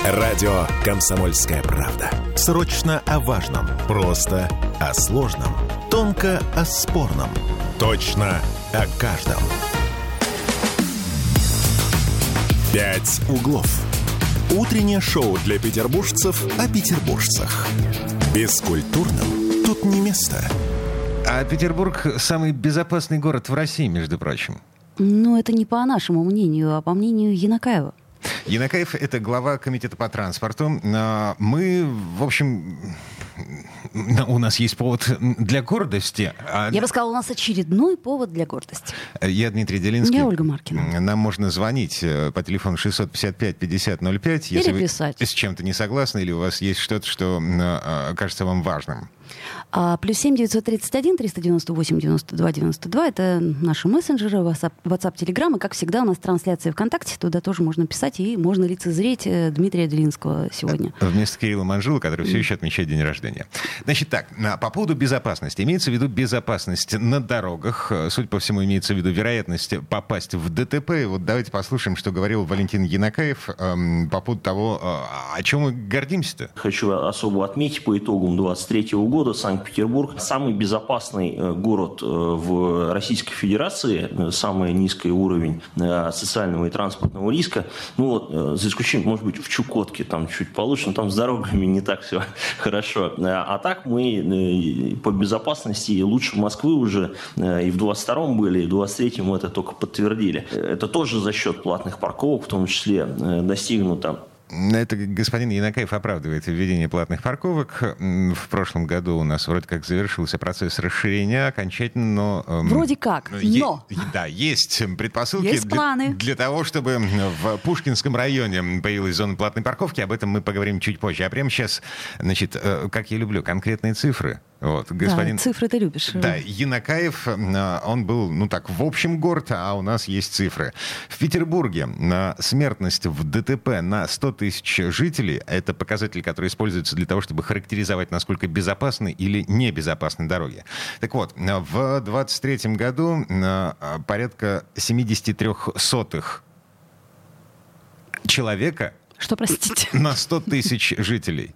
Радио «Комсомольская правда». Срочно о важном, просто о сложном, тонко о спорном. Точно о каждом. «Пять углов». Утреннее шоу для петербуржцев о петербуржцах. Бескультурным тут не место. А Петербург – самый безопасный город в России, между прочим. Ну, это не по нашему мнению, а по мнению Янакаева. Янакаев – это глава комитета по транспорту. Мы, в общем, у нас есть повод для гордости. Я бы сказала, у нас очередной повод для гордости. Я Дмитрий Делинский. Я Ольга Маркина. Нам можно звонить по телефону 655-5005, если вы с чем-то не согласны или у вас есть что-то, что кажется вам важным. +7 931 398 92 92. Это наши мессенджеры, WhatsApp, Telegram. И, как всегда, у нас трансляция ВКонтакте. Туда тоже можно писать, и можно лицезреть Дмитрия Делинского сегодня. Вместо Кирилла Манжула, который все еще отмечает день рождения. Значит так, по поводу безопасности. Имеется в виду безопасность на дорогах. Судя по всему, имеется в виду вероятность попасть в ДТП. И вот давайте послушаем, что говорил Валентин Янакаев по поводу того, о чем мы гордимся-то. Хочу особо отметить по итогам 2023 года Санкт-Петербург самый безопасный город в Российской Федерации, самый низкий уровень социального и транспортного риска. За исключением, может быть, в Чукотке там чуть получше, но там с дорогами не так все хорошо. А так мы по безопасности лучше Москвы уже и в 22-м были, и в 23-м это только подтвердили. Это тоже за счет платных парковок, в том числе, достигнуто. Это господин Янакаев оправдывает введение платных парковок. В прошлом году у нас вроде как завершился процесс расширения окончательно, но... Вроде как, но... Да, есть предпосылки есть планы. Для того, чтобы в Пушкинском районе появилась зона платной парковки. Об этом мы поговорим чуть позже. А прямо сейчас, значит, как я люблю, конкретные цифры. Вот, господин... Да, цифры ты любишь. Да, Янакаев, он был, в общем город, а у нас есть цифры. В Петербурге смертность в ДТП на 100 тысяч жителей, это показатель, который используется для того, чтобы характеризовать, насколько безопасны или небезопасны дороги. Так вот, в 2023 году порядка 73 сотых человека... Что, простите? На 100 тысяч жителей.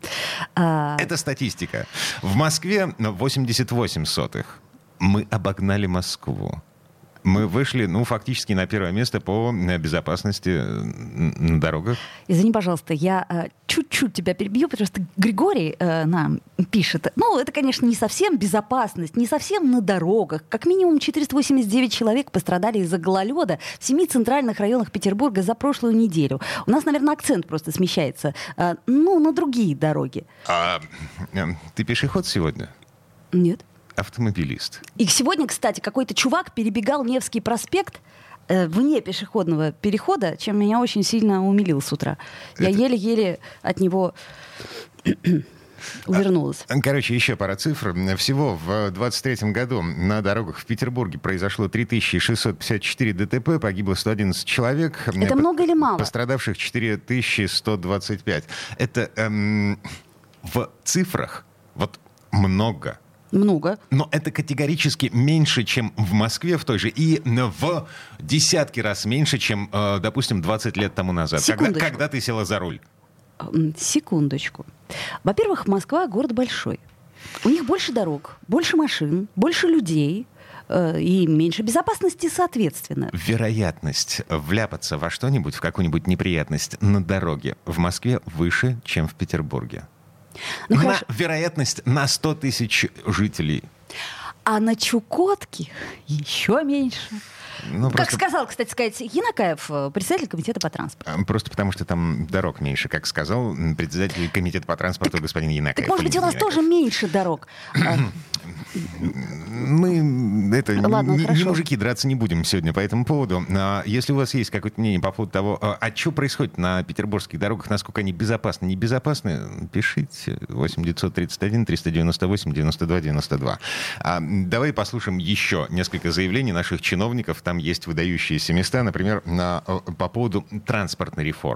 Это статистика. В Москве 88 сотых. Мы обогнали Москву. Мы вышли, фактически на первое место по безопасности на дорогах. Извини, пожалуйста, я чуть-чуть тебя перебью, потому что Григорий нам пишет. Это, конечно, не совсем безопасность, не совсем на дорогах. Как минимум 489 человек пострадали из-за гололеда в 7 центральных районах Петербурга за прошлую неделю. У нас, наверное, акцент просто смещается, на другие дороги. Ты пешеход сегодня? Нет. Автомобилист. И сегодня, кстати, какой-то чувак перебегал Невский проспект вне пешеходного перехода, чем меня очень сильно умилил с утра. Я еле-еле от него увернулась. Короче, еще пара цифр. Всего в 2023 году на дорогах в Петербурге произошло 3654 ДТП, погибло 111 человек. Это много или мало? Пострадавших 4125. Это в цифрах много. Много. Но это категорически меньше, чем в Москве в той же, и в десятки раз меньше, чем, допустим, 20 лет тому назад, когда ты села за руль. Секундочку. Во-первых, Москва — город большой. У них больше дорог, больше машин, больше людей и меньше безопасности, соответственно. Вероятность вляпаться во что-нибудь, в какую-нибудь неприятность на дороге в Москве выше, чем в Петербурге. Вероятность на 100 тысяч жителей. А на Чукотке еще меньше. Как сказал, кстати сказать, Янакаев, председатель комитета по транспорту. Просто потому, что там дорог меньше, как сказал председатель комитета по транспорту господин Янакаев. Так, может быть, у нас тоже меньше дорог. Мы не мужики, драться не будем сегодня по этому поводу. Если у вас есть какое-то мнение по поводу того, что происходит на петербургских дорогах, насколько они безопасны, небезопасны, пишите 8 931 398 92 92. Давай послушаем еще несколько заявлений наших чиновников. Там есть выдающиеся места, например, по поводу транспортной реформы.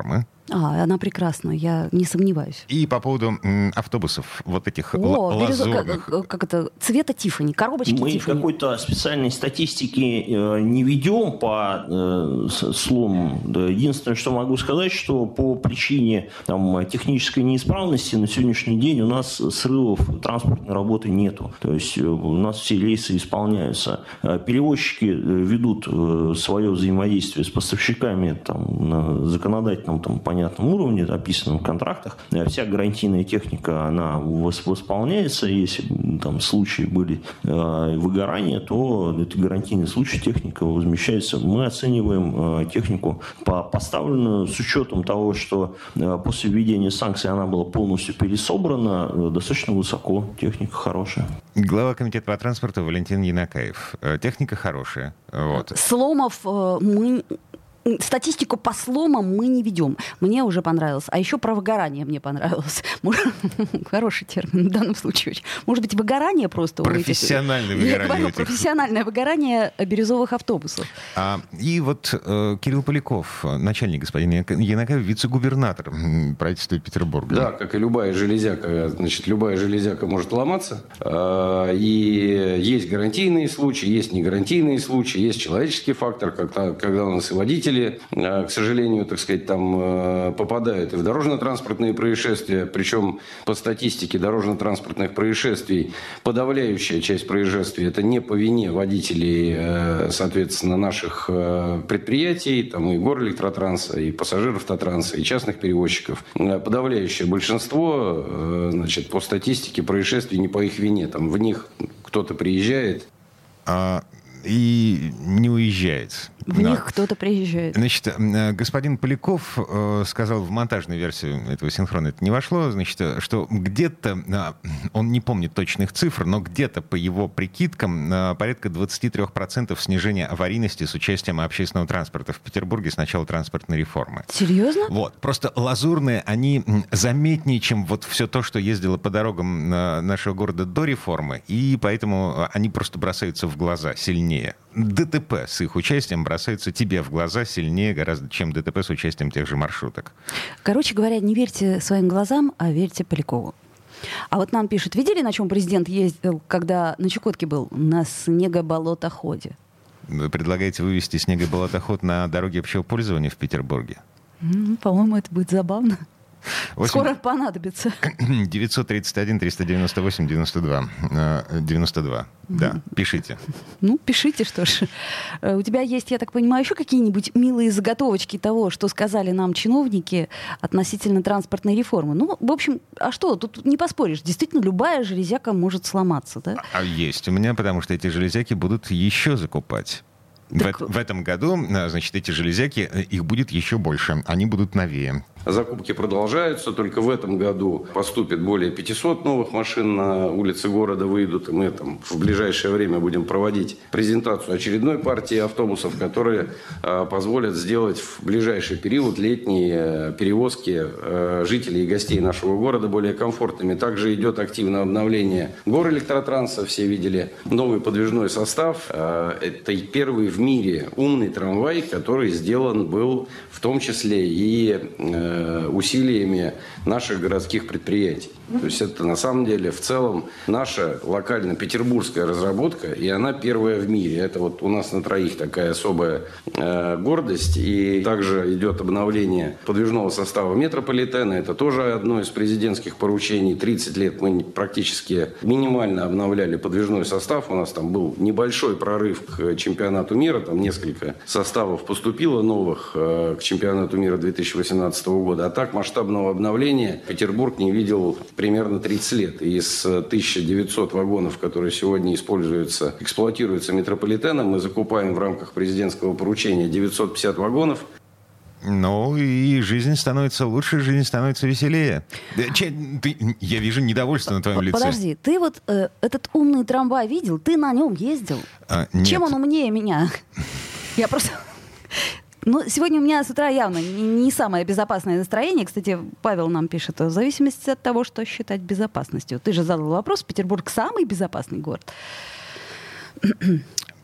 Она прекрасна, я не сомневаюсь. И по поводу автобусов, вот этих лазурных. Как это, цвета Тиффани, коробочки Мы Тиффани. Мы какой-то специальной статистики не ведем по сломам. Единственное, что могу сказать, что по причине технической неисправности на сегодняшний день у нас срывов транспортной работы нету. То есть у нас все рейсы исполняются. Перевозчики ведут свое взаимодействие с поставщиками на законодательном, понятном уровне, описанном в контрактах. Вся гарантийная техника, она восполняется. Если случаи были выгорания, то это гарантийный случай, техника возмещается. Мы оцениваем технику, поставленную с учетом того, что после введения санкций она была полностью пересобрана, достаточно высоко. Техника хорошая. Глава комитета по транспорту Валентин Янакаев. Техника хорошая. Вот. Сломов статистику по сломам мы не ведем. Мне уже понравилось. А еще про выгорание мне понравилось. Хороший термин в данном случае. Может быть, выгорание просто? Профессиональное выгорание. Профессиональное выгорание бирюзовых автобусов. И вот Кирилл Поляков, начальник господин Янакаев, вице-губернатор правительства Петербурга. Да, как и любая железяка. Значит, любая железяка может ломаться. И есть гарантийные случаи, есть негарантийные случаи, есть человеческий фактор, когда у нас и водители, к сожалению, так сказать, попадают и в дорожно-транспортные происшествия. Причем по статистике дорожно-транспортных происшествий подавляющая часть происшествий это не по вине водителей, соответственно, наших предприятий, и Горэлектротранса, и пассажиров Татранса, и частных перевозчиков. Подавляющее большинство, значит, по статистике происшествий не по их вине. В них кто-то приезжает. И не уезжает. В них кто-то приезжает. Значит, господин Поляков сказал в монтажную версию этого синхрона, это не вошло, значит, что где-то, он не помнит точных цифр, но где-то по его прикидкам порядка 23% снижения аварийности с участием общественного транспорта в Петербурге с начала транспортной реформы. Серьезно? Вот. Просто лазурные, они заметнее, чем вот все то, что ездило по дорогам нашего города до реформы, и поэтому они просто бросаются в глаза сильнее. ДТП с их участием бросаются тебе в глаза сильнее гораздо, чем ДТП с участием тех же маршруток. Короче говоря, не верьте своим глазам, а верьте Полякову. А вот нам пишут, видели, на чем президент ездил, когда на Чукотке был? На снегоболотоходе. Вы предлагаете вывести снегоболотоход на дороге общего пользования в Петербурге? По-моему, это будет забавно. Скоро понадобится. 931-392-92. Да, пишите. Пишите, что ж. У тебя есть, я так понимаю, еще какие-нибудь милые заготовочки того, что сказали нам чиновники относительно транспортной реформы? В общем, а что? Тут не поспоришь. Действительно, любая железяка может сломаться, да? Есть у меня, потому что эти железяки будут еще закупать. В этом году, значит, эти железяки, их будет еще больше. Они будут новее. Закупки продолжаются. Только в этом году поступит более 500 новых машин на улицы города, выйдут. И мы в ближайшее время будем проводить презентацию очередной партии автобусов, которые позволят сделать в ближайший период летние перевозки жителей и гостей нашего города более комфортными. Также идет активное обновление Горэлектротранса. Все видели новый подвижной состав. Это первый в мире умный трамвай, который сделан был в том числе и усилиями наших городских предприятий. То есть это на самом деле в целом наша локально-петербургская разработка, и она первая в мире. Это вот у нас на троих такая особая гордость. И также идет обновление подвижного состава метрополитена. Это тоже одно из президентских поручений. 30 лет мы практически минимально обновляли подвижной состав. У нас там был небольшой прорыв к чемпионату мира. Там несколько составов поступило новых к чемпионату мира 2018 года. А так масштабного обновления Петербург не видел примерно 30 лет. И из 1900 вагонов, которые сегодня эксплуатируются метрополитеном, мы закупаем в рамках президентского поручения 950 вагонов. И жизнь становится лучше, жизнь становится веселее. Я вижу недовольство на твоем лице. Подожди, ты вот этот умный трамвай видел? Ты на нем ездил? Нет. Чем он умнее меня? Я просто... сегодня у меня с утра явно не самое безопасное настроение. Кстати, Павел нам пишет, в зависимости от того, что считать безопасностью. Ты же задал вопрос, Петербург самый безопасный город.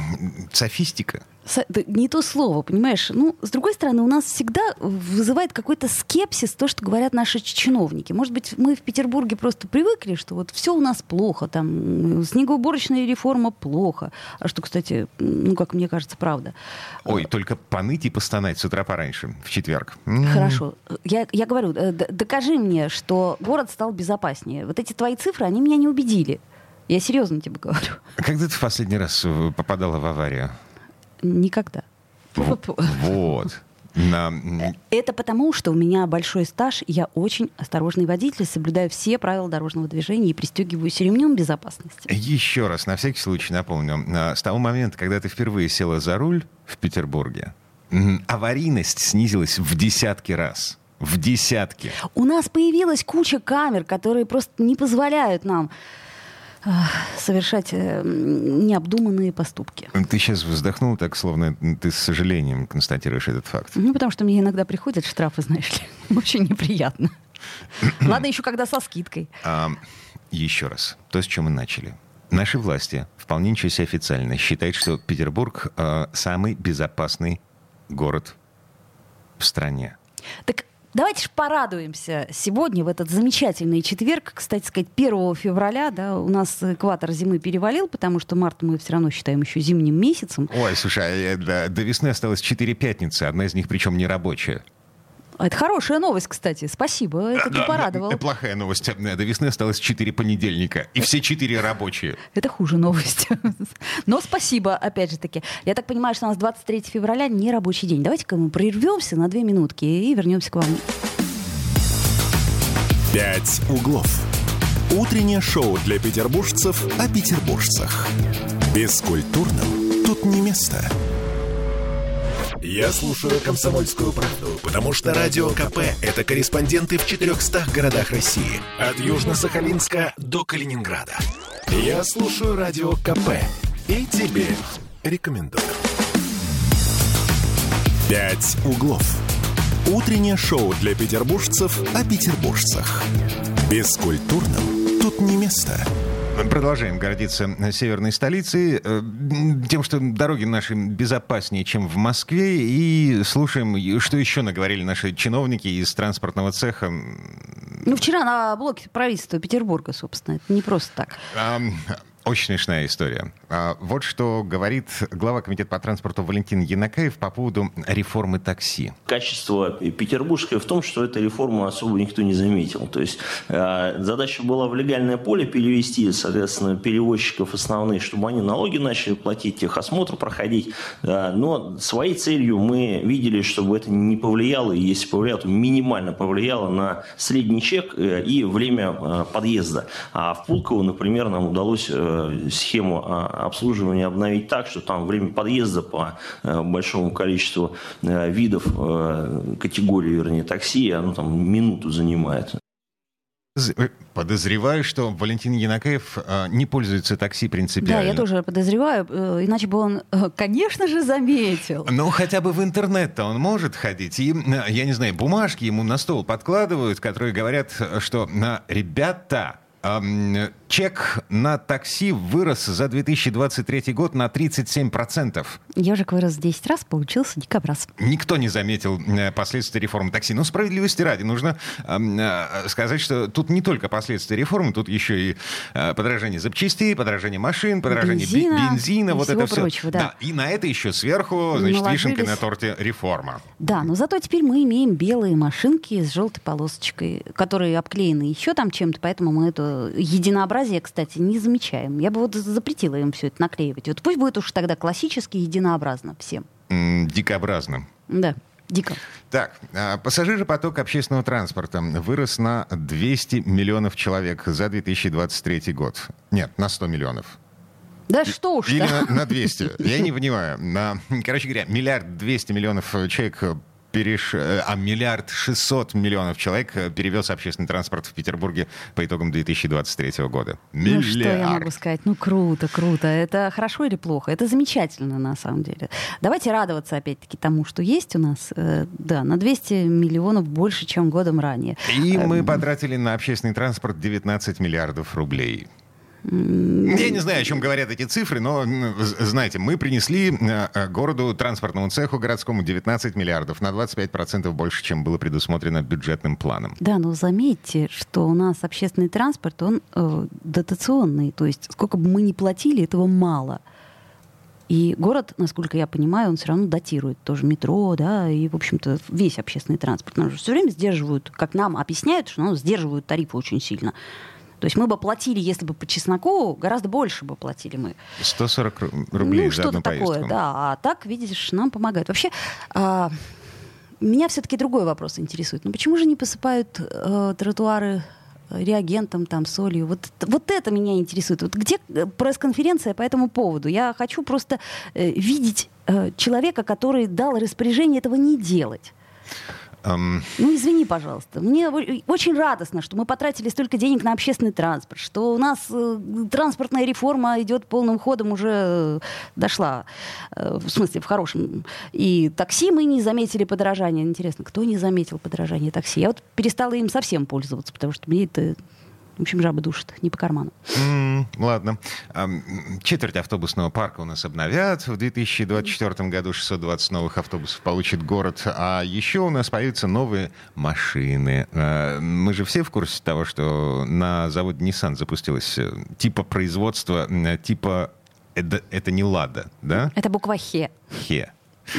софистика. Да, не то слово, понимаешь? Ну, с другой стороны, у нас всегда вызывает какой-то скепсис то, что говорят наши чиновники. Может быть, мы в Петербурге просто привыкли, что вот все у нас плохо, там, снегоуборочная реформа плохо. А что, кстати, ну, как мне кажется, правда. Ой, только поныть и постонать с утра пораньше, в четверг. Хорошо. Я говорю, докажи мне, что город стал безопаснее. Вот эти твои цифры, они меня не убедили. Я серьезно тебе говорю. Когда ты в последний раз попадала в аварию? Никогда. Вот. Это потому, что у меня большой стаж, и я очень осторожный водитель, соблюдаю все правила дорожного движения и пристегиваюсь ремнем безопасности. Еще раз, на всякий случай напомню. С того момента, когда ты впервые села за руль в Петербурге, аварийность снизилась в десятки раз. В десятки. У нас появилась куча камер, которые просто не позволяют нам совершать необдуманные поступки. Ты сейчас вздохнул так, словно ты с сожалением констатируешь этот факт. Ну, потому что мне иногда приходят штрафы, знаешь ли. Очень неприятно. Ладно, еще когда со скидкой. Еще раз. То, с чем мы начали. Наши власти, вполне ничего себе официально, считают, что Петербург самый безопасный город в стране. Так давайте же порадуемся сегодня, в этот замечательный четверг, кстати сказать, 1 февраля, да, у нас экватор зимы перевалил, потому что март мы все равно считаем еще зимним месяцем. Ой, слушай, до весны осталось 4 пятницы, одна из них причем не рабочая. Это хорошая новость, кстати. Спасибо, это ты порадовал. Плохая новость. До весны осталось 4 понедельника. И все 4 рабочие. Это хуже новость. Но спасибо, опять же таки. Я так понимаю, что у нас 23 февраля не рабочий день. Давайте-ка мы прервемся на 2 минутки и вернемся к вам. «Пять углов». Утреннее шоу для петербуржцев о петербуржцах. Бескультурным тут не место. Я слушаю «Комсомольскую правду», потому что Радио КП — это корреспонденты в 400 городах России. От Южно-Сахалинска до Калининграда. Я слушаю Радио КП и тебе рекомендую. «Пять углов». Утреннее шоу для петербуржцев о петербуржцах. Бескультурным тут не место. Продолжаем гордиться северной столицей, тем, что дороги наши безопаснее, чем в Москве, и слушаем, что еще наговорили наши чиновники из транспортного цеха. Ну, вчера на блоке правительства Петербурга, собственно, это не просто так. Очень смешная история. Вот что говорит глава комитета по транспорту Валентин Янакаев по поводу реформы такси. Качество петербургское в том, что эту реформу особо никто не заметил. То есть задача была в легальное поле перевести, соответственно, перевозчиков основных, чтобы они налоги начали платить, техосмотр проходить. Но своей целью мы видели, чтобы это не повлияло, и если повлияло, то минимально повлияло на средний чек и время подъезда. А в Пулково, например, нам удалось схему обслуживания обновить так, что там время подъезда по большому количеству видов, категорий, вернее, такси, оно там минуту занимает. Подозреваю, что Валентин Янакаев не пользуется такси принципиально. Да, я тоже подозреваю, иначе бы он, конечно же, заметил. Ну, хотя бы в интернет-то он может ходить. И, я не знаю, бумажки ему на стол подкладывают, которые говорят, что ребята... Чек на такси вырос за 2023 год на 37%. Ежик вырос 10 раз, получился дикобраз. Никто не заметил последствия реформы такси. Но справедливости ради нужно сказать, что тут не только последствия реформы, тут еще и подорожание запчастей, подорожание машин, подорожание бензина, вот это все. Прочего, да. Да, и на это еще сверху, значит, вишенкой на торте реформа. Да, но зато теперь мы имеем белые машинки с желтой полосочкой, которые обклеены еще там чем-то, поэтому мы это единообразие, кстати, не замечаем. Я бы вот запретила им все это наклеивать. Вот пусть будет уж тогда классически единообразно всем. Дикообразно. Да, дико. Так, пассажиропоток общественного транспорта вырос на 200 миллионов человек за 2023 год. Нет, на 100 миллионов. Да что уж. Или на 200. Я не понимаю. Короче говоря, 1 200 000 000 человек... 1 600 000 000 человек перевез общественный транспорт в Петербурге по итогам 2023 года. Ну, что я могу сказать? Ну, круто, круто. Это хорошо или плохо? Это замечательно, на самом деле. Давайте радоваться, опять-таки, тому, что есть у нас. Да, на 200 миллионов больше, чем годом ранее. И мы потратили на общественный транспорт 19 миллиардов рублей. Я не знаю, о чем говорят эти цифры, но, знаете, мы принесли городу, транспортному цеху городскому 19 миллиардов, на 25% больше, чем было предусмотрено бюджетным планом. Да, но заметьте, что у нас общественный транспорт, он дотационный, то есть сколько бы мы ни платили, этого мало. И город, насколько я понимаю, он все равно датирует тоже метро, да, и, в общем-то, весь общественный транспорт. Нам же все время сдерживают, как нам объясняют, что сдерживают тарифы очень сильно. То есть мы бы платили, если бы по чесноку, гораздо больше бы платили мы. 140 рублей за одну поездку. Что-то такое, да. А так, видишь, нам помогают. Вообще, меня все-таки другой вопрос интересует. Ну почему же не посыпают тротуары реагентом, там, солью? Вот это меня интересует. Вот где пресс-конференция по этому поводу? Я хочу просто видеть человека, который дал распоряжение этого не делать. Ну, извини, пожалуйста. Мне очень радостно, что мы потратили столько денег на общественный транспорт, что у нас транспортная реформа идет полным ходом, уже дошла, в смысле, в хорошем. И такси мы не заметили подорожания. Интересно, кто не заметил подорожания такси? Я вот перестала им совсем пользоваться, потому что мне это... В общем, жаба душит, не по карману. Ладно. Четверть автобусного парка у нас обновят. В 2024 году 620 новых автобусов получит город. А еще у нас появятся новые машины. Мы же все в курсе того, что на заводе Nissan запустилось типа производства, типа... Это не «Лада», да? Это буква «Хе». «Хе».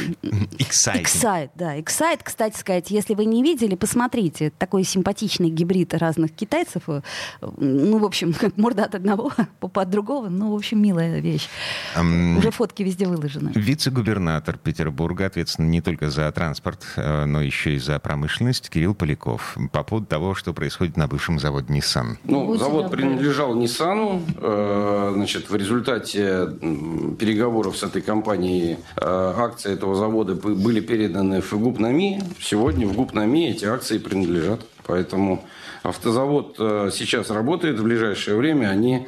Excite, да. Excite, кстати сказать, если вы не видели, посмотрите. Такой симпатичный гибрид разных китайцев. Ну, в общем, как морда от одного, попа от другого. Ну, в общем, милая вещь. Уже фотки везде выложены. Вице-губернатор Петербурга, ответственный не только за транспорт, но еще и за промышленность, Кирилл Поляков. По поводу того, что происходит на бывшем заводе Nissan. Завод принадлежал Ниссану. Значит, в результате переговоров с этой компанией акции этого завода были переданы в ГУП-НАМИ. Сегодня в ГУП-НАМИ эти акции принадлежат. Поэтому автозавод сейчас работает. В ближайшее время они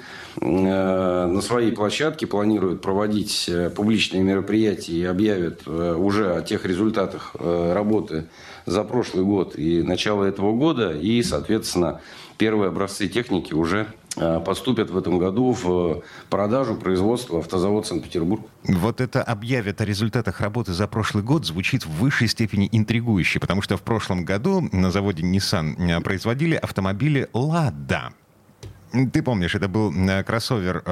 на своей площадке планируют проводить публичные мероприятия и объявят уже о тех результатах работы за прошлый год и начало этого года. И, соответственно, первые образцы техники уже поступят в этом году в продажу, производство автозавод Санкт-Петербург. Вот это объявят о результатах работы за прошлый год звучит в высшей степени интригующе, потому что в прошлом году на заводе Nissan производили автомобили «Лада». Ты помнишь, это был кроссовер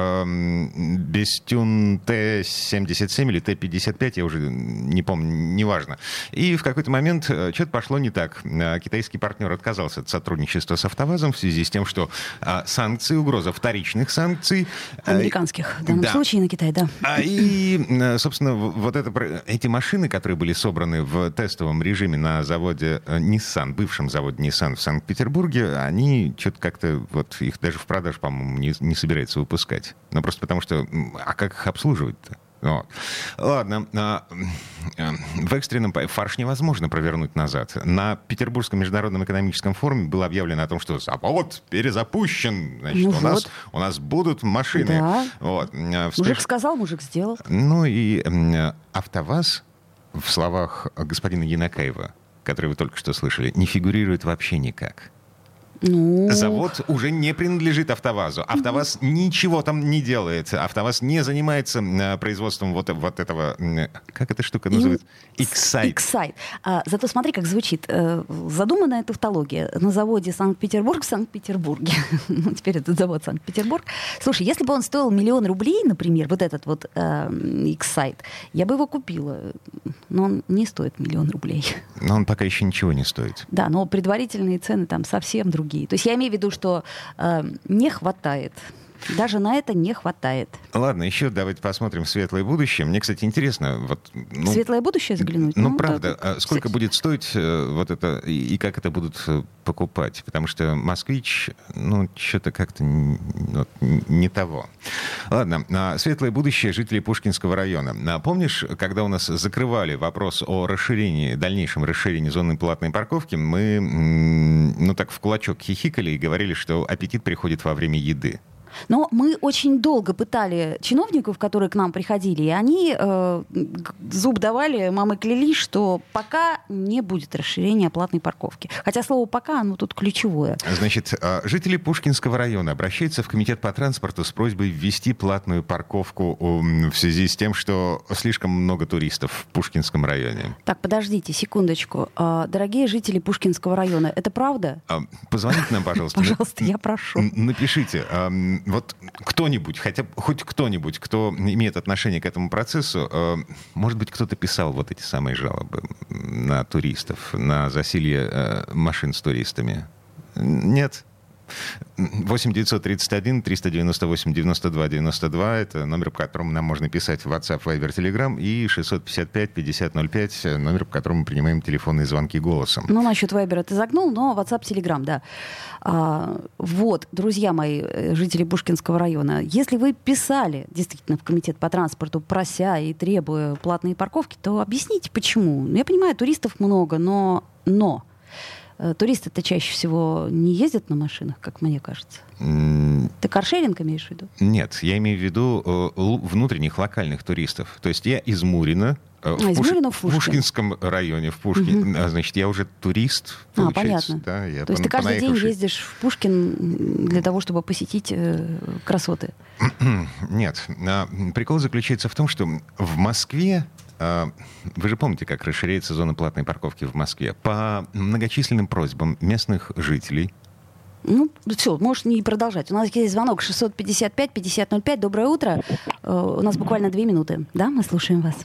Bestune T77 или T55, я уже не помню, неважно. И в какой-то момент что-то пошло не так. Китайский партнер отказался от сотрудничества с «АвтоВАЗом» в связи с тем, что санкции, угроза вторичных санкций... Американских, в данном случае на Китай, да. И, собственно, вот эти машины, которые были собраны в тестовом режиме на заводе Nissan, бывшем заводе Nissan в Санкт-Петербурге, они что-то как-то, вот их даже в продаж, по-моему, не собирается выпускать. Ну, просто потому что... А как их обслуживать-то? Вот. Ладно. В экстренном фарш невозможно провернуть назад. На Петербургском международном экономическом форуме было объявлено о том, что завод перезапущен. Значит, у нас будут машины. Да. Вот. Мужик сказал, мужик сделал. Ну и АвтоВАЗ, в словах господина Янакаева, который вы только что слышали, не фигурирует вообще никак. Завод уже не принадлежит АвтоВАЗу. АвтоВАЗ ничего там не делает. АвтоВАЗ не занимается производством вот этого... Как эта штука называется? Excite. Зато смотри, как звучит. Задуманная тавтология. На заводе Санкт-Петербург в Санкт-Петербурге. Ну, теперь этот завод Санкт-Петербург. Слушай, если бы он стоил 1 000 000 рублей, например, вот этот вот Excite, я бы его купила. Но он не стоит 1 000 000 рублей. Но он пока еще ничего не стоит. Да, но предварительные цены там совсем другие. То есть я имею в виду, что не хватает. Даже на это не хватает. Ладно, еще давайте посмотрим в светлое будущее. Мне, кстати, интересно... Светлое будущее заглянуть? Правда. Да, сколько будет стоить вот это и как это будут покупать? Потому что «Москвич», что-то как-то не того. Ладно, светлое будущее жителей Пушкинского района. Помнишь, когда у нас закрывали вопрос о дальнейшем расширении зоны платной парковки, мы так в кулачок хихикали и говорили, что аппетит приходит во время еды. Но мы очень долго пытали чиновников, которые к нам приходили, и они зуб давали, мамы клялись, что пока не будет расширения платной парковки. Хотя слово «пока», оно тут ключевое. Значит, жители Пушкинского района обращаются в комитет по транспорту с просьбой ввести платную парковку в связи с тем, что слишком много туристов в Пушкинском районе. Так, подождите, секундочку. Дорогие жители Пушкинского района, это правда? Позвоните нам, пожалуйста. Пожалуйста, я прошу. Напишите. Вот кто-нибудь, хоть кто-нибудь, кто имеет отношение к этому процессу, может быть, кто-то писал вот эти самые жалобы на туристов, на засилье машин с туристами? Нет? 8 931 398 92 92 это номер, по которому нам можно писать в WhatsApp, Viber, Telegram, и 655 50 05 номер, по которому мы принимаем телефонные звонки голосом. Ну, насчет Viber ты загнул, но WhatsApp, Telegram, да. Вот, друзья мои, жители Пушкинского района, если вы писали действительно в комитет по транспорту, прося и требуя платные парковки, то объясните, почему. Я понимаю, туристов много, но туристы-то чаще всего не ездят на машинах, как мне кажется. Ты каршеринг имеешь в виду? Нет, я имею в виду внутренних локальных туристов. То есть я из Мурина, в Пушкинском районе, в Пушкине. Значит, я уже турист, получается. Понятно. Да, я то есть ты каждый день ездишь в Пушкин для того, чтобы посетить красоты? Нет. Прикол заключается в том, что в Москве, вы же помните, как расширяется зона платной парковки в Москве, по многочисленным просьбам местных жителей. Ну, все, можешь не продолжать. У нас есть звонок 655-5005. Доброе утро. У нас буквально 2 минуты. Да, мы слушаем вас.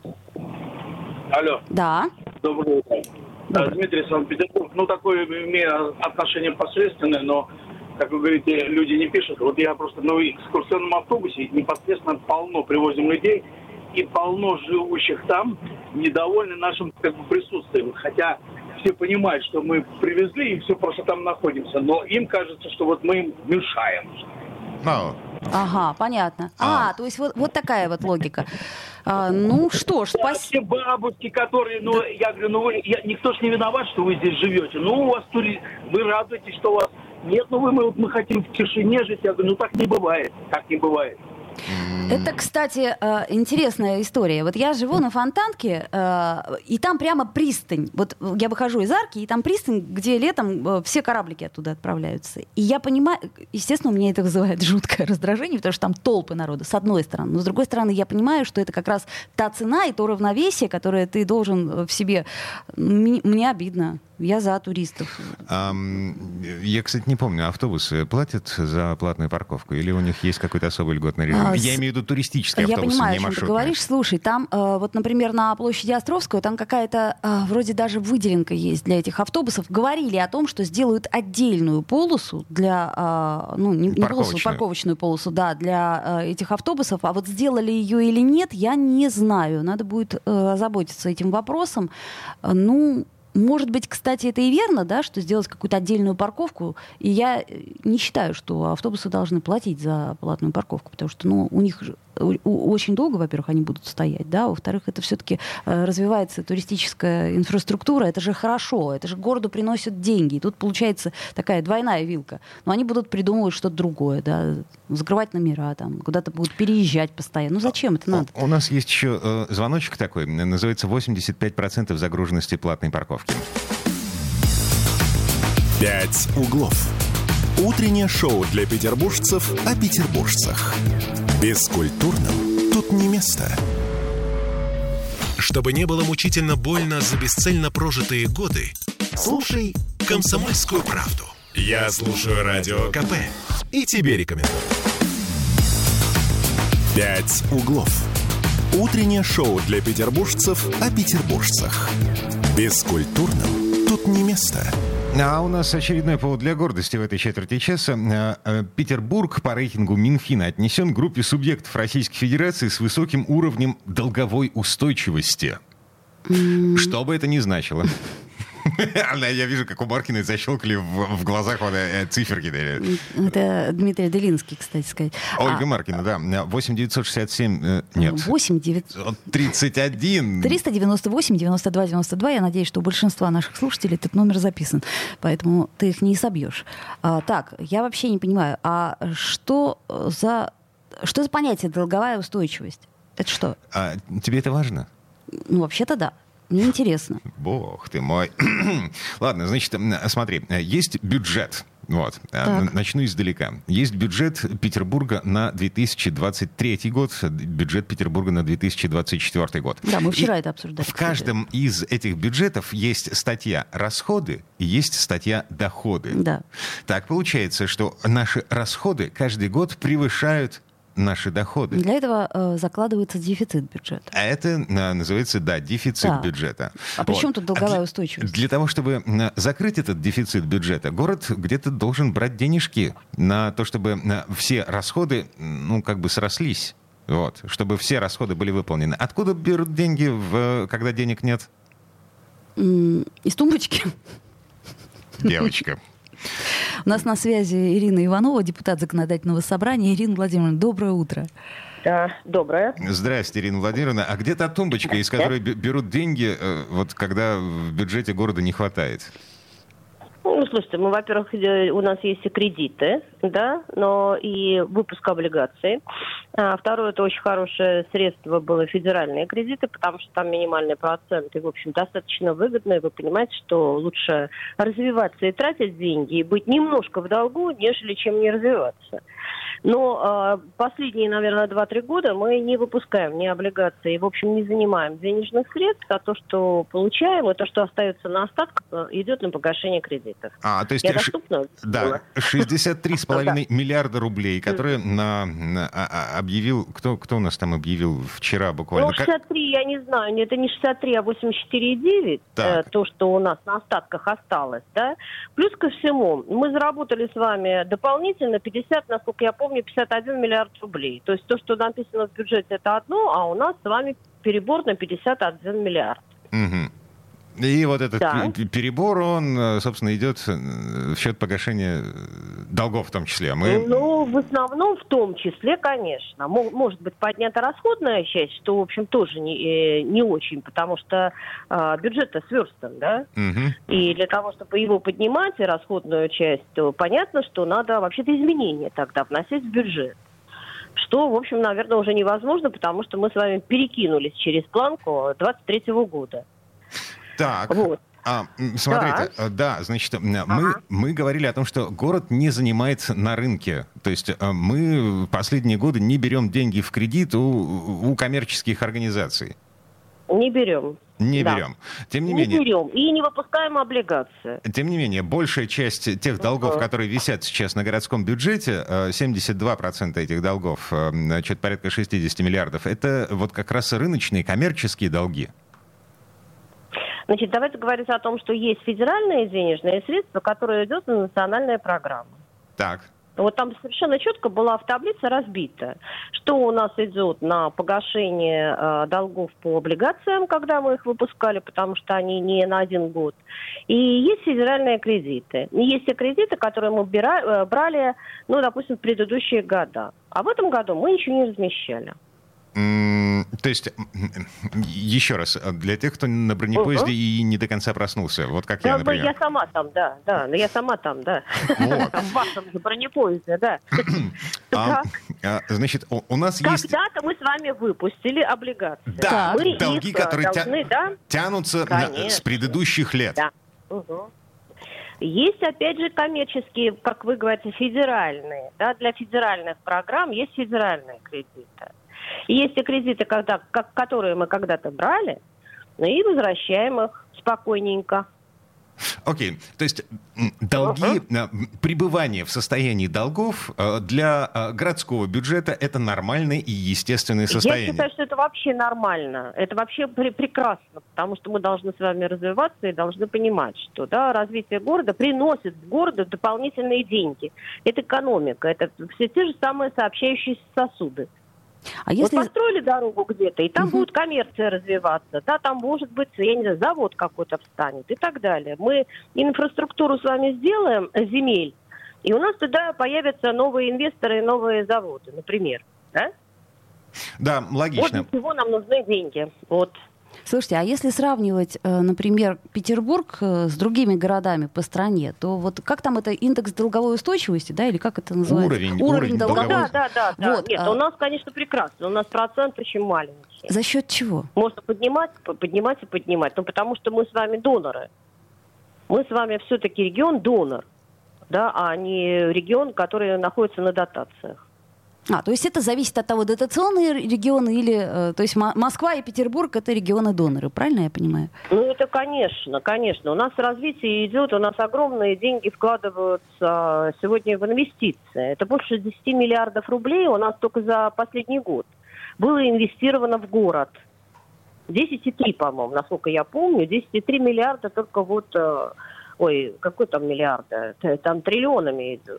Алло. Да. Доброе утро. Дмитрий, Санкт-Петербург. Ну, такое имею отношение посредственное, но, как вы говорите, люди не пишут. Вот я просто на экскурсионном автобусе непосредственно полно привозим людей, и полно живущих там недовольны нашим присутствием. Хотя все понимают, что мы привезли и все просто там находимся. Но им кажется, что вот мы им мешаем. Ага, понятно. То есть вот такая вот логика. Ну что ж, спасибо. Те бабушки, которые, я говорю, никто ж не виноват, что вы здесь живете. У вас вы радуетесь, что у вас нет, мы хотим в тишине жить. Я говорю, так не бывает, так не бывает. Это, кстати, интересная история. Вот я живу на Фонтанке, и там прямо пристань. Вот я выхожу из арки, и там пристань, где летом все кораблики оттуда отправляются. И я понимаю, естественно, у меня это вызывает жуткое раздражение, потому что там толпы народа, с одной стороны. Но с другой стороны, я понимаю, что это как раз та цена и то равновесие, которое ты должен в себе... Мне обидно. Я за туристов. Я, кстати, не помню, автобусы платят за платную парковку? Или у них есть какой-то особый льготный режим? Я имею в виду туристические автобусы, не маршрутные. Я понимаю, о чем ты говоришь. Слушай, там, вот, например, на площади Островского, там какая-то вроде даже выделенка есть для этих автобусов. Говорили о том, что сделают отдельную полосу для... не полосу, парковочную полосу, да, для этих автобусов. А вот сделали ее или нет, я не знаю. Надо будет озаботиться этим вопросом. Может быть, кстати, это и верно, да, что сделать какую-то отдельную парковку. И я не считаю, что автобусы должны платить за платную парковку, потому что, у них очень долго, во-первых, они будут стоять, да, во-вторых, это все-таки развивается туристическая инфраструктура, это же хорошо, это же городу приносит деньги. И тут получается такая двойная вилка. Но они будут придумывать что-то другое, да, закрывать номера, там, куда-то будут переезжать постоянно. Зачем это надо? У нас есть еще звоночек такой, называется 85% загруженности платной парковки. 5 углов. Утреннее шоу для петербуржцев о петербуржцах. Бескультурным тут не место. Чтобы не было мучительно больно за бесцельно прожитые годы, слушай «Комсомольскую правду». Я слушаю Радио КП и тебе рекомендую. 5 углов. Утреннее шоу для петербуржцев о петербуржцах. Бескультурным тут не место. А у нас очередной повод для гордости в этой четверти часа. Петербург по рейтингу Минфина отнесен к группе субъектов Российской Федерации с высоким уровнем долговой устойчивости. Что бы это ни значило. Я вижу, как у Маркиной защелкали в глазах циферки. Это Дмитрий Делинский, кстати сказать. Ольга Маркина, да. 8 967... Нет. 8 9... 31. 398 92 92. Я надеюсь, что у большинства наших слушателей этот номер записан. Поэтому ты их не собьешь. Так, я вообще не понимаю, а что за понятие долговая устойчивость? Это что? Тебе это важно? Ну, вообще-то да. Мне интересно. Бог ты мой. Ладно, значит, смотри, есть бюджет. Вот. Начну издалека. Есть бюджет Петербурга на 2023 год, бюджет Петербурга на 2024 год. Да, мы вчера это обсуждали. В каждом из этих бюджетов есть статья «Расходы» и есть статья «Доходы». Да. Так получается, что наши расходы каждый год превышают наши доходы. Для этого закладывается дефицит бюджета. А это называется, дефицит бюджета. А при чем тут долговая устойчивость? Для того, чтобы закрыть этот дефицит бюджета, город где-то должен брать денежки на то, чтобы все расходы, срослись. Вот, чтобы все расходы были выполнены. Откуда берут деньги, когда денег нет? Из тумбочки. Девочка. У нас на связи Ирина Иванова, депутат Законодательного собрания. Ирина Владимировна, доброе утро. Да, доброе. Здрасте, Ирина Владимировна. А где та тумбочка, из которой берут деньги, когда в бюджете города не хватает? Ну, слушайте, во-первых, у нас есть и кредиты, да, но и выпуск облигаций. Второе, это очень хорошее средство было федеральные кредиты, потому что там минимальный процент, и, в общем, достаточно выгодно, и вы понимаете, что лучше развиваться и тратить деньги, и быть немножко в долгу, нежели чем не развиваться. Но последние, наверное, 2-3 года мы не выпускаем ни облигаций, и, в общем, не занимаем денежных средств, а то, что получаем, и то, что остается на остатках, идет на погашение кредитов. То есть 63,5 миллиарда рублей, которые объявил... Кто у нас там объявил вчера буквально? 63, я не знаю, это не 63, а 84,9, то, что у нас на остатках осталось, да. Плюс ко всему, мы заработали с вами дополнительно 50, насколько я помню, 51 миллиард рублей. То есть то, что написано в бюджете, это одно, а у нас с вами перебор на 51 миллиард. Угу. И вот этот перебор, он, собственно, идет в счет погашения долгов в том числе. Ну, в основном в том числе, конечно. Может быть, поднята расходная часть, что, в общем, тоже не очень, потому что бюджет-то сверстан, да? Угу. И для того, чтобы его поднимать, и расходную часть, то понятно, что надо вообще-то изменения тогда вносить в бюджет. Что, в общем, наверное, уже невозможно, потому что мы с вами перекинулись через планку 2023 года. Так, вот. Смотрите, значит, мы говорили о том, что город не занимает на рынке. То есть мы последние годы не берем деньги в кредит у коммерческих организаций. Не берем. Не берем. Тем не менее... берем. И не выпускаем облигации. Тем не менее, большая часть тех долгов, которые висят сейчас на городском бюджете, 72% этих долгов, что-то порядка 60 миллиардов, это вот как раз рыночные коммерческие долги. Значит, давайте говорить о том, что есть федеральные денежные средства, которые идут на национальные программы. Так. Вот там совершенно четко была в таблице разбита, что у нас идет на погашение долгов по облигациям, когда мы их выпускали, потому что они не на 1 год. И есть федеральные кредиты. И есть те кредиты, которые мы брали, допустим, в предыдущие года. А в этом году мы ничего не размещали. То есть, еще раз, для тех, кто на бронепоезде и не до конца проснулся, вот как я, например. Я сама там, да. Вот. В вашем же бронепоезде, да. Значит, у нас есть... Когда-то мы с вами выпустили облигации. Да, долги, которые тянутся с предыдущих лет. Да. Угу. Есть, опять же, коммерческие, как вы говорите, федеральные. Да, для федеральных программ есть федеральные кредиты. И есть те кредиты, которые мы когда-то брали, и возвращаем их спокойненько. Окей. То есть долги, пребывание в состоянии долгов для городского бюджета – это нормальное и естественное состояние. Я считаю, что это вообще нормально. Это вообще прекрасно, потому что мы должны с вами развиваться и должны понимать, что развитие города приносит в городу дополнительные деньги. Это экономика, это все те же самые сообщающиеся сосуды. А если... Вот построили дорогу где-то, и там будет коммерция развиваться, да, там может быть, я не знаю, завод какой-то встанет и так далее. Мы инфраструктуру с вами сделаем, земель, и у нас туда появятся новые инвесторы и новые заводы, например, да? Да, логично. Вот для чего нам нужны деньги, вот. Слушайте, а если сравнивать, например, Петербург с другими городами по стране, то вот как там это индекс долговой устойчивости, да, или как это называется? Уровень долговой. Да. Вот, Нет, у нас, конечно, прекрасно. У нас процент очень маленький. За счет чего? Можно поднимать. Ну, потому что мы с вами доноры. Мы с вами все-таки регион-донор, да, а не регион, который находится на дотациях. То есть это зависит от того, дотационные регионы или... То есть Москва и Петербург — это регионы-доноры, правильно я понимаю? Ну, это конечно. У нас развитие идет, у нас огромные деньги вкладываются сегодня в инвестиции. Это больше 10 миллиардов рублей у нас только за последний год было инвестировано в город. 10,3, по-моему, насколько я помню. 10,3 миллиарда только вот... какой там миллиарда? Там триллионами идут.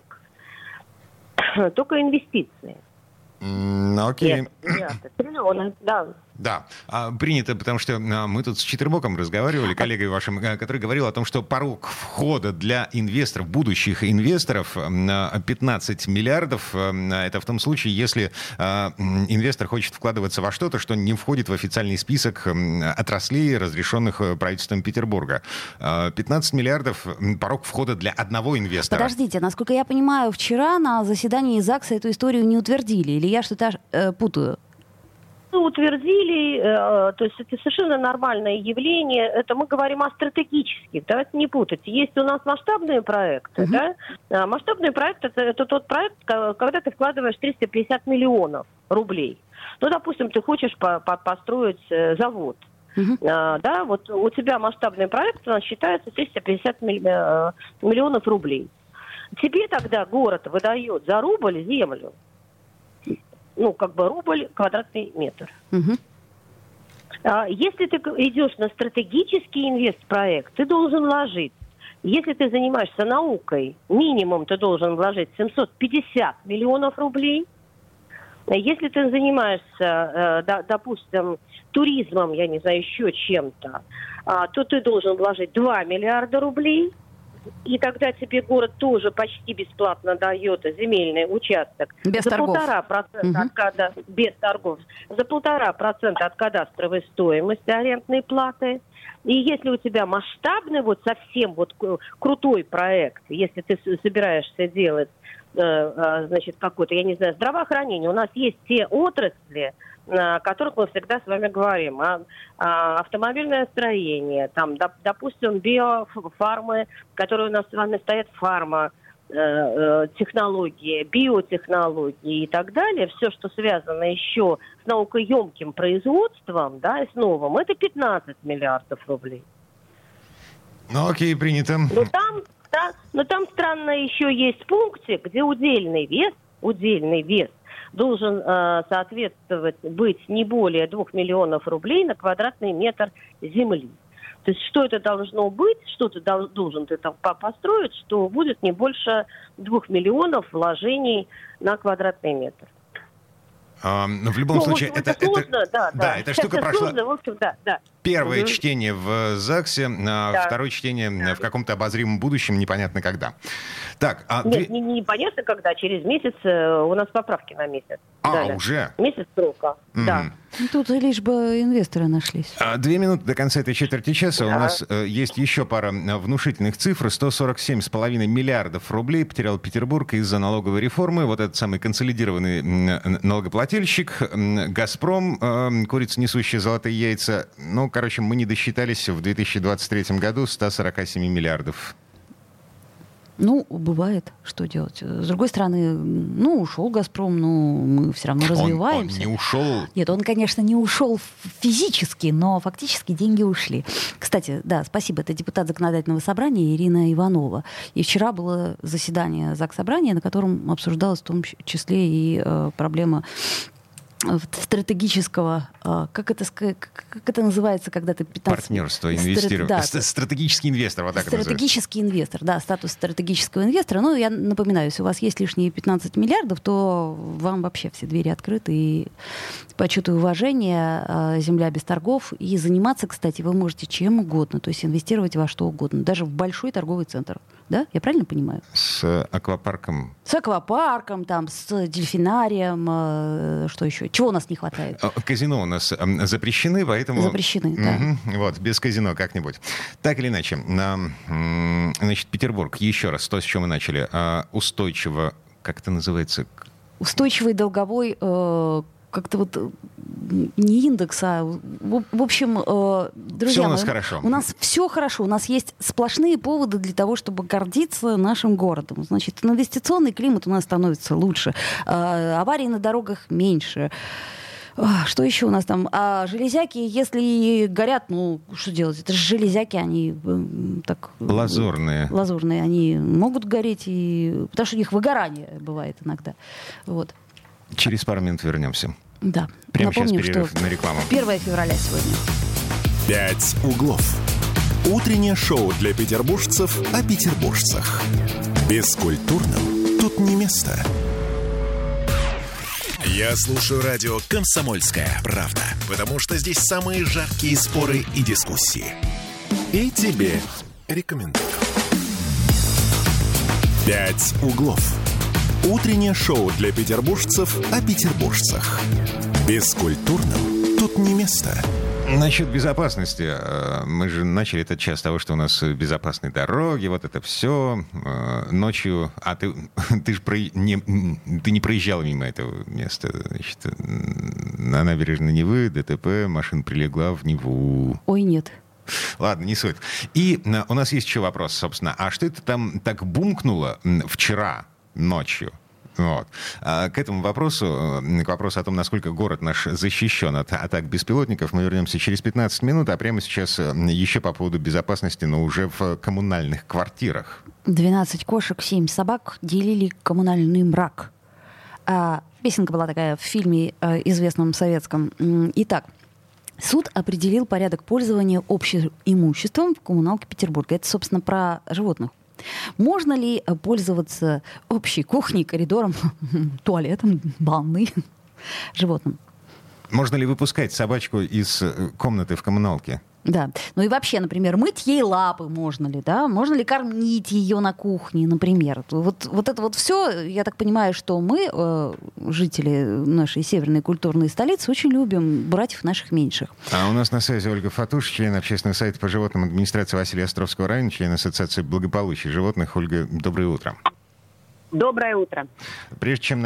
Только инвестиции. Окей. Нет, триллионы, да. Да, принято, потому что мы тут с Четербоком разговаривали, коллегой вашим, который говорил о том, что порог входа для инвесторов, будущих инвесторов, 15 миллиардов. Это в том случае, если инвестор хочет вкладываться во что-то, что не входит в официальный список отраслей, разрешенных правительством Петербурга. 15 миллиардов — порог входа для одного инвестора. Подождите, насколько я понимаю, вчера на заседании ЗАГСа эту историю не утвердили, или я что-то путаю? Утвердили, то есть это совершенно нормальное явление. Это мы говорим о стратегических, давайте не путать. Есть у нас масштабные проекты, да? Масштабный проект это тот проект, когда ты вкладываешь 350 миллионов рублей. Ну, допустим, ты хочешь построить завод. Да, вот у тебя масштабный проект, у нас считается 350 миллионов рублей. Тебе тогда город выдает за рубль землю. Ну, как бы рубль, квадратный метр. Если ты идешь на стратегический инвестпроект, ты должен вложить, если ты занимаешься наукой, минимум ты должен вложить 750 миллионов рублей. Если ты занимаешься, допустим, туризмом, я не знаю, еще чем-то, то ты должен вложить 2 миллиарда рублей. И тогда тебе город тоже почти бесплатно дает земельный участок. Без за торгов. 1,5% без торгов. За 1,5% от кадастровой стоимости арендной платы. И если у тебя масштабный, вот совсем вот крутой проект, если ты собираешься делать, значит, какое-то, я не знаю, здравоохранение, у нас есть те отрасли, о которых мы всегда с вами говорим. Автомобильное строение, там, допустим, биофармы, которые у нас с вами стоят, технологии, биотехнологии и так далее, все, что связано еще с наукоемким производством, да, и с новым, это 15 миллиардов рублей. Ну, окей, принято. Но там странно еще есть пункты, где удельный вес должен соответствовать быть не более 2 миллионов рублей на квадратный метр земли. То есть что это должно быть, что ты должен там построить, что будет не больше 2 миллионов вложений на квадратный метр. В любом случае, это сложно, да. Эта штука прошла. Сложно, в общем, да. Первое чтение в ЗАГСе, второе чтение в каком-то обозримом будущем, непонятно когда. Так, Нет, непонятно когда, через месяц у нас поправки на месяц. Уже? Месяц срока, да. Тут лишь бы инвесторы нашлись. 2 минуты до конца этой четверти часа. У нас есть еще пара внушительных цифр. 147,5 миллиардов рублей потерял Петербург из-за налоговой реформы. Вот этот самый консолидированный налогоплательщик. «Газпром», курица, несущая золотые яйца. Ну, короче, мы не досчитались в 2023 году 147 миллиардов. Ну, бывает, что делать. С другой стороны, ушел «Газпром», но мы все равно развиваемся. Он не ушел? Нет, он, конечно, не ушел физически, но фактически деньги ушли. Кстати, да, спасибо, это депутат Законодательного собрания Ирина Иванова. И вчера было заседание Заксобрания, на котором обсуждалась в том числе и проблема стратегического, как это называется, когда ты 15... Партнерство, инвестирование. Стратегический инвестор, вот так это называется. Стратегический инвестор, да, статус стратегического инвестора. Ну, я напоминаю, если у вас есть лишние 15 миллиардов, то вам вообще все двери открыты. И с почету и уважения, земля без торгов. И заниматься, кстати, вы можете чем угодно. То есть инвестировать во что угодно. Даже в большой торговый центр. Да? Я правильно понимаю? С аквапарком. С аквапарком, там, с дельфинарием, что еще? Чего у нас не хватает? Казино у нас запрещены, поэтому... Запрещены, да. Вот, без казино как-нибудь. Так или иначе, значит, Петербург, еще раз, то, с чем мы начали, устойчиво, как это называется? Устойчивый долговой... как-то вот не индекс, а в общем, друзья, все у нас хорошо. У нас все хорошо. У нас есть сплошные поводы для того, чтобы гордиться нашим городом. Значит, инвестиционный климат у нас становится лучше, аварий на дорогах меньше. Что еще у нас там? А железяки, если горят, ну, что делать? Это же железяки, они так... Лазурные. Лазурные. Они могут гореть, потому что у них выгорание бывает иногда. Вот. Через пару минут вернемся. Да. Прямо Напомним, сейчас перерыв на рекламу. 1 февраля сегодня. «Пять углов». Утреннее шоу для петербуржцев о петербуржцах. Бескультурным тут не место. Я слушаю радио «Комсомольская правда», потому что здесь самые жаркие споры и дискуссии. И тебе рекомендую. «Пять углов». Утреннее шоу для петербуржцев о петербуржцах. Бескультурным тут не место. Насчет безопасности. Мы же начали этот час с того, что у нас безопасные дороги, вот это все. Ночью... ты же не проезжал мимо этого места. Значит, на набережной Невы ДТП, машина прилегла в Неву. Ой, нет. Ладно, не суть. И у нас есть еще вопрос, собственно. А что это там так бумкнуло вчера ночью? Вот. К этому вопросу, к вопросу о том, насколько город наш защищен от атак беспилотников, мы вернемся через 15 минут, а прямо сейчас еще по поводу безопасности, но уже в коммунальных квартирах. 12 кошек, 7 собак делили коммунальный мрак. Песенка была такая в фильме известном советском. Итак, суд определил порядок пользования общим имуществом в коммуналке Петербурга. Это, собственно, про животных. Можно ли пользоваться общей кухней, коридором, туалетом, ванной животным? Можно ли выпускать собачку из комнаты в коммуналке? Да. Ну и вообще, например, мыть ей лапы можно ли, да? Можно ли кормить ее на кухне, например? Вот это вот все, я так понимаю, что мы, жители нашей северной культурной столицы, очень любим братьев наших меньших. А у нас на связи Ольга Фатуш, член общественного совета по животным администрации Василия-Островского района, член Ассоциации благополучия животных. Ольга, доброе утро. Доброе утро. Прежде чем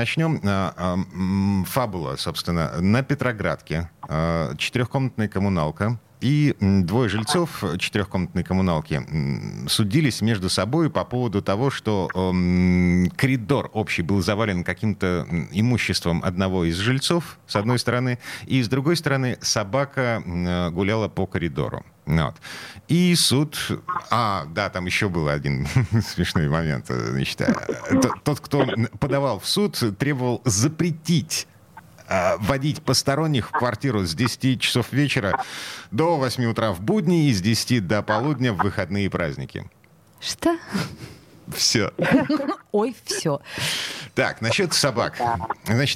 начнем, фабула, собственно, на Петроградке, 4-комнатная коммуналка, и 2 жильцов 4-комнатной коммуналки судились между собой по поводу того, что коридор общий был завален каким-то имуществом одного из жильцов, с одной стороны, и с другой стороны собака гуляла по коридору. Вот. И суд... да, там еще был один смешной момент. Значит, тот, кто подавал в суд, требовал запретить вводить посторонних в квартиру с 10 часов вечера до 8 утра в будни и с 10 до полудня в выходные и праздники. Что? Все. Ой, все. Так, насчет собак. Значит,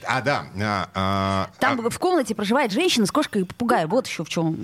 там в комнате проживает женщина с кошкой и попугаем. Вот еще в чем.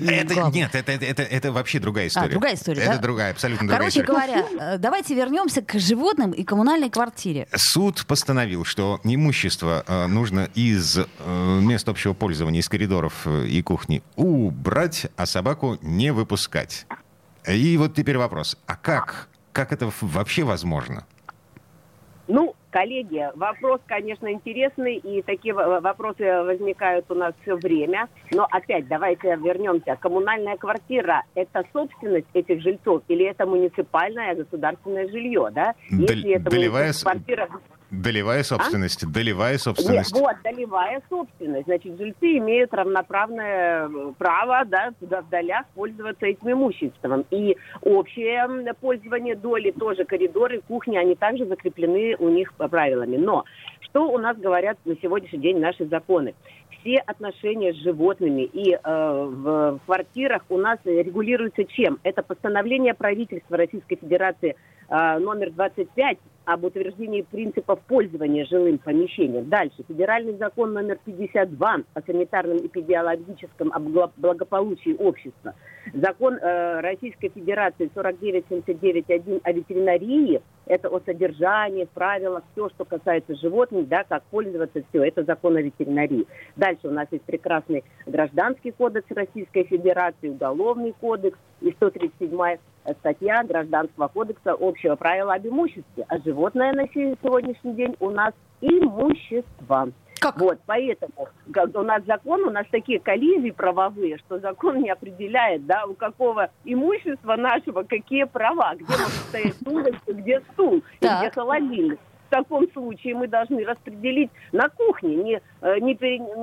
Это вообще другая история. Другая история, это да? другая, абсолютно другая история. Короче говоря, давайте вернемся к животным и коммунальной квартире. Суд постановил, что имущество нужно из мест общего пользования, из коридоров и кухни убрать, а собаку не выпускать. И вот теперь вопрос. А как это вообще возможно? Ну, коллеги, вопрос, конечно, интересный, и такие вопросы возникают у нас все время. Но опять давайте вернемся. Коммунальная квартира – это собственность этих жильцов или это муниципальное государственное жилье, да? Если это квартира... Долевая собственность, долевая собственность. Нет, вот, долевая собственность. Значит, жильцы имеют равноправное право, да, в долях пользоваться этим имуществом. И общее пользование доли, тоже коридоры, кухни, они также закреплены у них по правилами. Но что у нас говорят на сегодняшний день наши законы? Все отношения с животными и в квартирах у нас регулируются чем? Это постановление правительства Российской Федерации номер 25 об утверждении принципов пользования жилым помещением. Дальше. Федеральный закон номер 52 о санитарном эпидемиологическом благополучии общества. Закон Российской Федерации 4979.1 о ветеринарии. Это о содержании, правилах, все, что касается животных, да, как пользоваться, все. Это закон о ветеринарии. Дальше у нас есть прекрасный Гражданский кодекс Российской Федерации, Уголовный кодекс и 137-я статья Гражданского кодекса общего правила об имуществе. А животное на сегодняшний день у нас имущество. Как? Вот, поэтому у нас закон, у нас такие коллизии правовые, что закон не определяет, да, у какого имущества нашего какие права, где может стоять тумбочка, где стул, и где холодильник. В таком случае мы должны распределить на кухне, не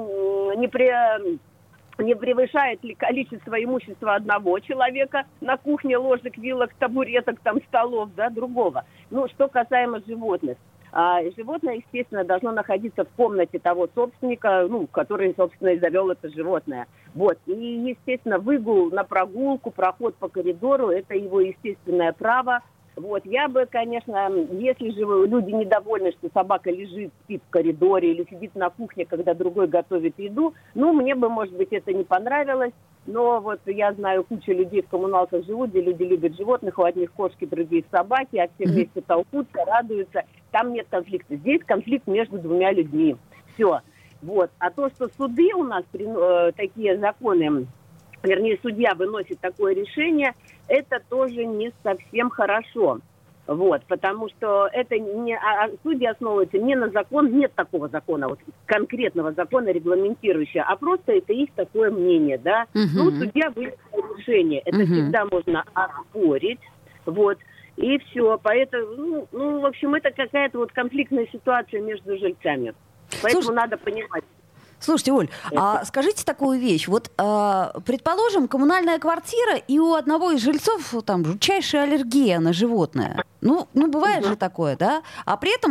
превышает ли количество имущества одного человека на кухне, ложек, вилок, табуреток, там, столов, да, другого. Ну, что касаемо животных. Животное, естественно, должно находиться в комнате того собственника, который, собственно, и завел это животное. Вот. И, естественно, выгул на прогулку, проход по коридору – это его естественное право. Вот. Я бы, конечно, если же люди недовольны, что собака лежит, спит в коридоре или сидит на кухне, когда другой готовит еду, мне бы, может быть, это не понравилось. Но вот я знаю кучу людей в коммуналках живут, где люди любят животных, у одних кошки, других собаки, а все вместе толкутся, радуются. Там нет конфликта. Здесь конфликт между двумя людьми. Все. Вот. А то, что суды у нас, такие законы, вернее, судья выносит такое решение, это тоже не совсем хорошо. Вот, потому что это не, судьи основываются не на закон, нет такого закона, вот конкретного закона регламентирующего, а просто это их такое мнение, да. Судья вынес решение, это всегда можно оспорить, вот, и все. Поэтому, в общем, это какая-то вот конфликтная ситуация между жильцами. Поэтому надо понимать. Слушайте, Оль, а скажите такую вещь. Вот, предположим, коммунальная квартира, и у одного из жильцов там жутчайшая аллергия на животное. Бывает же такое, да? А при этом,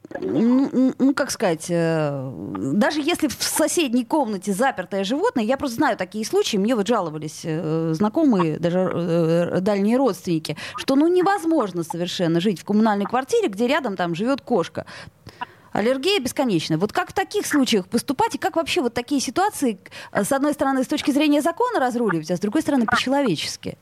как сказать, даже если в соседней комнате запертое животное, я просто знаю такие случаи, мне вот жаловались знакомые, даже дальние родственники, что невозможно совершенно жить в коммунальной квартире, где рядом там живет кошка. Аллергия бесконечна. Вот как в таких случаях поступать, и как вообще вот такие ситуации, с одной стороны, с точки зрения закона разруливать, а с другой стороны, по-человечески?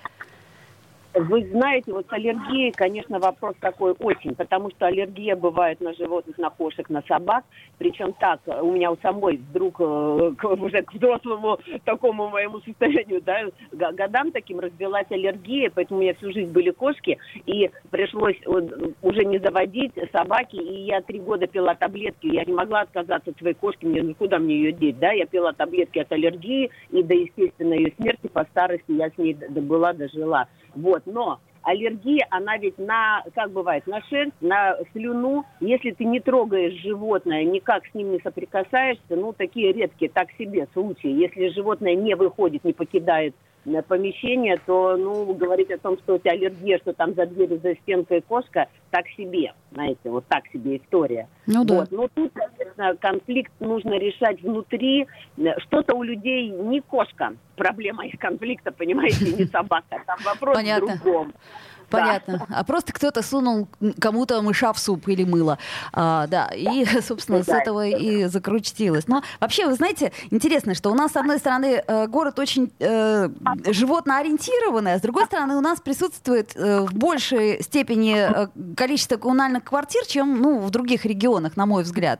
Вы знаете, вот с аллергией, конечно, вопрос такой очень, потому что аллергия бывает на животных, на кошек, на собак. Причем так, у меня у самой вдруг уже к взрослому такому моему состоянию, да, годам таким развилась аллергия, поэтому у меня всю жизнь были кошки, и пришлось уже не заводить собаки, и я 3 года пила таблетки, я не могла отказаться от своей кошки, куда мне ее деть, да, я пила таблетки от аллергии, и до естественной ее смерти по старости я с ней дожила. Вот, но аллергия, она ведь на шерсть, на слюну. Если ты не трогаешь животное, никак с ним не соприкасаешься, такие редкие, так себе случаи. Если животное не выходит, не покидает помещение, то, говорить о том, что у тебя аллергия, что там за дверью, за стенкой кошка, так себе, знаете, вот так себе история. Да. Вот. Но тут, конечно, конфликт нужно решать внутри. Что-то у людей не кошка, проблема их конфликта, понимаете, не собака. Там вопрос в другом. Понятно. Да. А просто кто-то сунул кому-то мыша в суп или мыло. И, собственно, с этого и закрутилось. Но вообще, вы знаете, интересно, что у нас, с одной стороны, город очень животноориентированный, а с другой стороны, у нас присутствует в большей степени количество коммунальных квартир, чем в других регионах, на мой взгляд.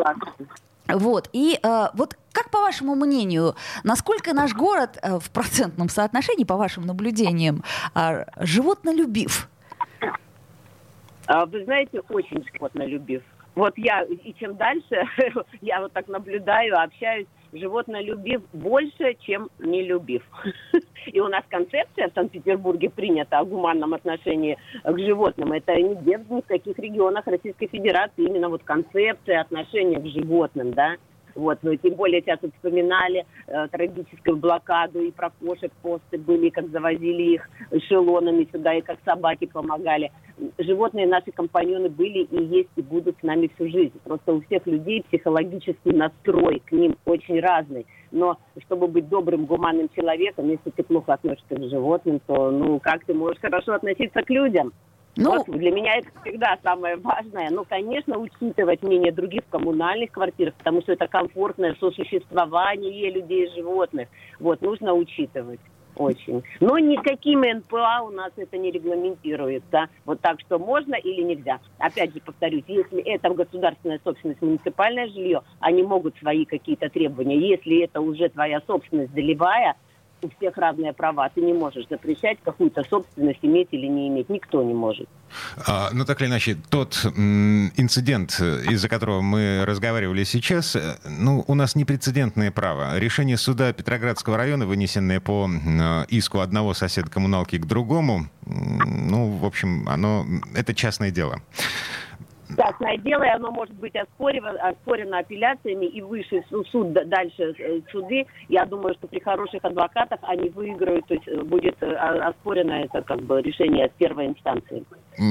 Вот. И вот как, по вашему мнению, насколько наш город в процентном соотношении, по вашим наблюдениям, животнолюбив? Вы знаете, очень животнолюбив. Вот я, и чем дальше, я вот так наблюдаю, общаюсь, животнолюбив больше, чем не любив. И у нас концепция в Санкт-Петербурге принята о гуманном отношении к животным. Это нигде в никаких регионах Российской Федерации именно вот концепция отношения к животным, да. Вот, ну и тем более сейчас вот вспоминали трагическую блокаду, и про кошек посты были, как завозили их эшелонами сюда, и как собаки помогали. Животные наши компаньоны были и есть, и будут с нами всю жизнь. Просто у всех людей психологический настрой к ним очень разный. Но чтобы быть добрым, гуманным человеком, если ты плохо относишься к животным, то ну как ты можешь хорошо относиться к людям? Вот для меня это всегда самое важное. Ну, конечно, учитывать мнение других в коммунальных квартирах, потому что это комфортное сосуществование людей и животных. Вот, нужно учитывать. Очень. Но никакими НПА у нас это не регламентируется. Вот так, что можно или нельзя. Опять же, повторюсь, если это государственная собственность, муниципальное жилье, они могут свои какие-то требования. Если это уже твоя собственность долевая, у всех равные права. Ты не можешь запрещать какую-то собственность иметь или не иметь. Никто не может. Ну, так или иначе, тот инцидент, из-за которого мы разговаривали сейчас, ну, у нас непрецедентное право. Решение суда Петроградского района, вынесенное по иску одного соседа коммуналки к другому, ну, в общем, это частное дело. Частное дело, и оно может быть оспорено апелляциями и высший суд, дальше суды. Я думаю, что при хороших адвокатах они выиграют, то есть будет оспорено это как бы решение с первой инстанции.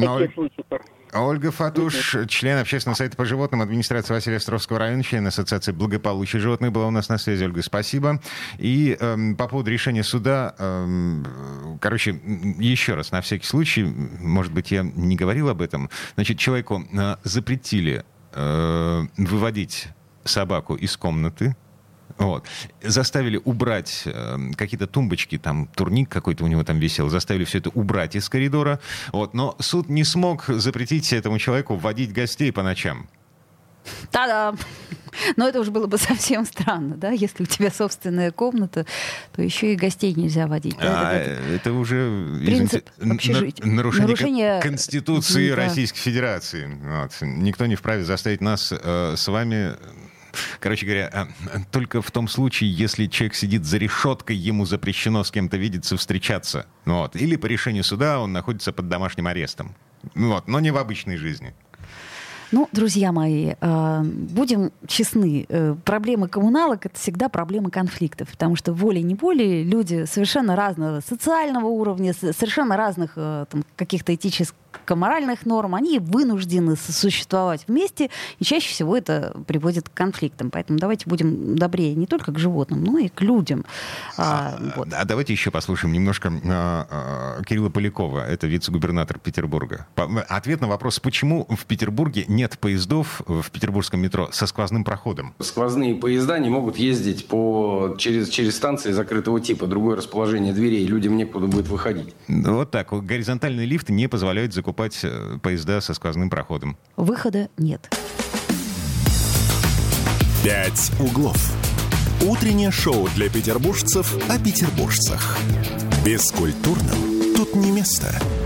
Ольга Фатуш, член общественного совета по животным администрации Васильевостровского района, член Ассоциации благополучия животных, была у нас на связи. Ольга, спасибо. И по поводу решения суда, короче, еще раз, на всякий случай, может быть, я не говорил об этом, значит, человеку запретили выводить собаку из комнаты. Вот. Заставили убрать какие-то тумбочки, там турник какой-то у него там висел, заставили все это убрать из коридора. Вот. Но суд не смог запретить этому человеку вводить гостей по ночам. Та-дам! Но это уже было бы совсем странно, да? Если у тебя собственная комната, то еще и гостей нельзя водить. Да? Это уже принцип нарушение Конституции Российской Федерации. Вот. Никто не вправе заставить нас с вами... Короче говоря, только в том случае, если человек сидит за решеткой, ему запрещено с кем-то видеться, встречаться. Вот. Или по решению суда он находится под домашним арестом. Вот. Но не в обычной жизни. Ну, друзья мои, будем честны, проблемы коммуналок — это всегда проблемы конфликтов, потому что волей-неволей люди совершенно разного социального уровня, совершенно разных там, каких-то этическо-моральных норм, они вынуждены существовать вместе, и чаще всего это приводит к конфликтам. Поэтому давайте будем добрее не только к животным, но и к людям. Вот. Давайте еще послушаем немножко Кирилла Полякова, это вице-губернатор Петербурга. Ответ на вопрос, почему в Петербурге нет поездов в петербургском метро со сквозным проходом. Сквозные поезда не могут ездить через станции закрытого типа. Другое расположение дверей. Людям некуда будет выходить. Вот так. Горизонтальные лифты не позволяют закупать поезда со сквозным проходом. Выхода нет. «Пять углов». Утреннее шоу для петербуржцев о петербуржцах. Бескультурным тут не место.